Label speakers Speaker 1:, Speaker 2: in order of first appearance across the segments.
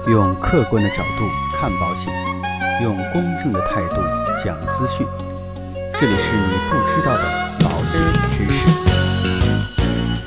Speaker 1: 用客观的角度看保险，用公正的态度讲资讯。这里是你不知道的保险知识。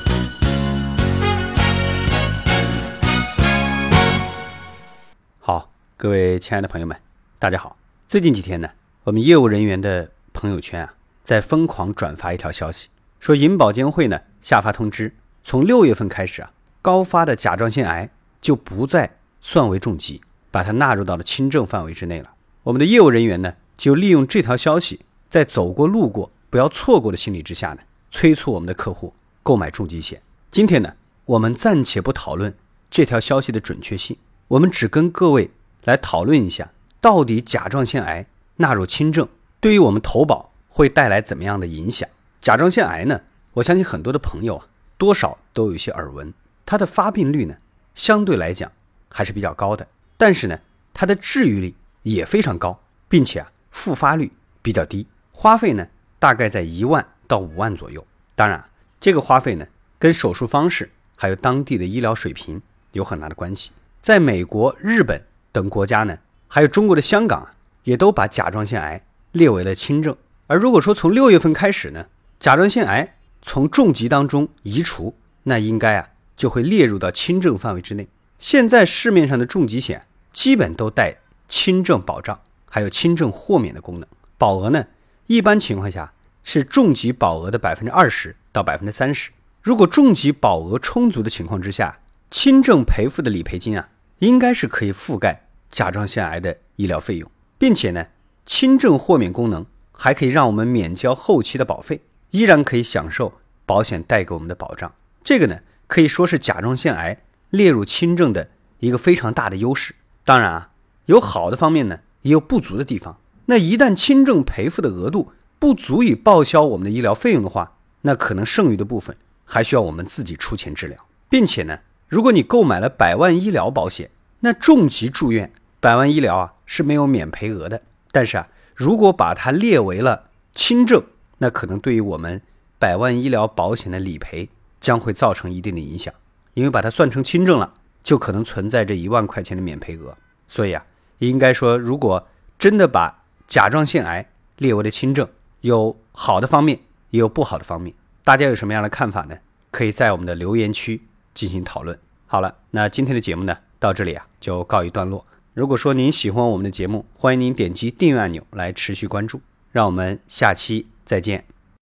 Speaker 1: 好，各位亲爱的朋友们，大家好。最近几天呢，我们业务人员的朋友圈在疯狂转发一条消息，说银保监会呢下发通知，从6月份开始高发的甲状腺癌就不再算为重疾，把它纳入到了轻症范围之内了。我们的业务人员呢，就利用这条消息，在走过路过不要错过的心理之下呢，催促我们的客户购买重疾险。今天呢，我们暂且不讨论这条消息的准确性，我们只跟各位来讨论一下，到底甲状腺癌纳入轻症对于我们投保会带来怎么样的影响。甲状腺癌呢，我相信很多的朋友多少都有一些耳闻，它的发病率呢相对来讲还是比较高的，但是呢它的治愈率也非常高，并且复发率比较低，花费呢大概在1万到5万左右。当然这个花费呢跟手术方式还有当地的医疗水平有很大的关系。在美国、日本等国家呢，还有中国的香港也都把甲状腺癌列为了轻症。而如果说从6月份开始呢，甲状腺癌从重疾当中移除，那应该就会列入到轻症范围之内。现在市面上的重疾险基本都带轻症保障还有轻症豁免的功能，保额呢一般情况下是重疾保额的 20% 到 30%。 如果重疾保额充足的情况之下，轻症赔付的理赔金应该是可以覆盖甲状腺癌的医疗费用，并且呢轻症豁免功能还可以让我们免交后期的保费，依然可以享受保险带给我们的保障。这个呢可以说是甲状腺癌列入轻症的一个非常大的优势。当然有好的方面呢，也有不足的地方。那一旦轻症赔付的额度不足以报销我们的医疗费用的话，那可能剩余的部分还需要我们自己出钱治疗。并且呢，如果你购买了100万医疗保险，那重疾住院100万医疗是没有免赔额的。但是如果把它列为了轻症，那可能对于我们100万医疗保险的理赔将会造成一定的影响，因为把它算成轻症了，就可能存在这1万块钱的免赔额。所以应该说，如果真的把甲状腺癌列为了轻症，有好的方面也有不好的方面。大家有什么样的看法呢？可以在我们的留言区进行讨论。好了，那今天的节目呢到这里就告一段落。如果说您喜欢我们的节目，欢迎您点击订阅按钮来持续关注。让我们下期再见。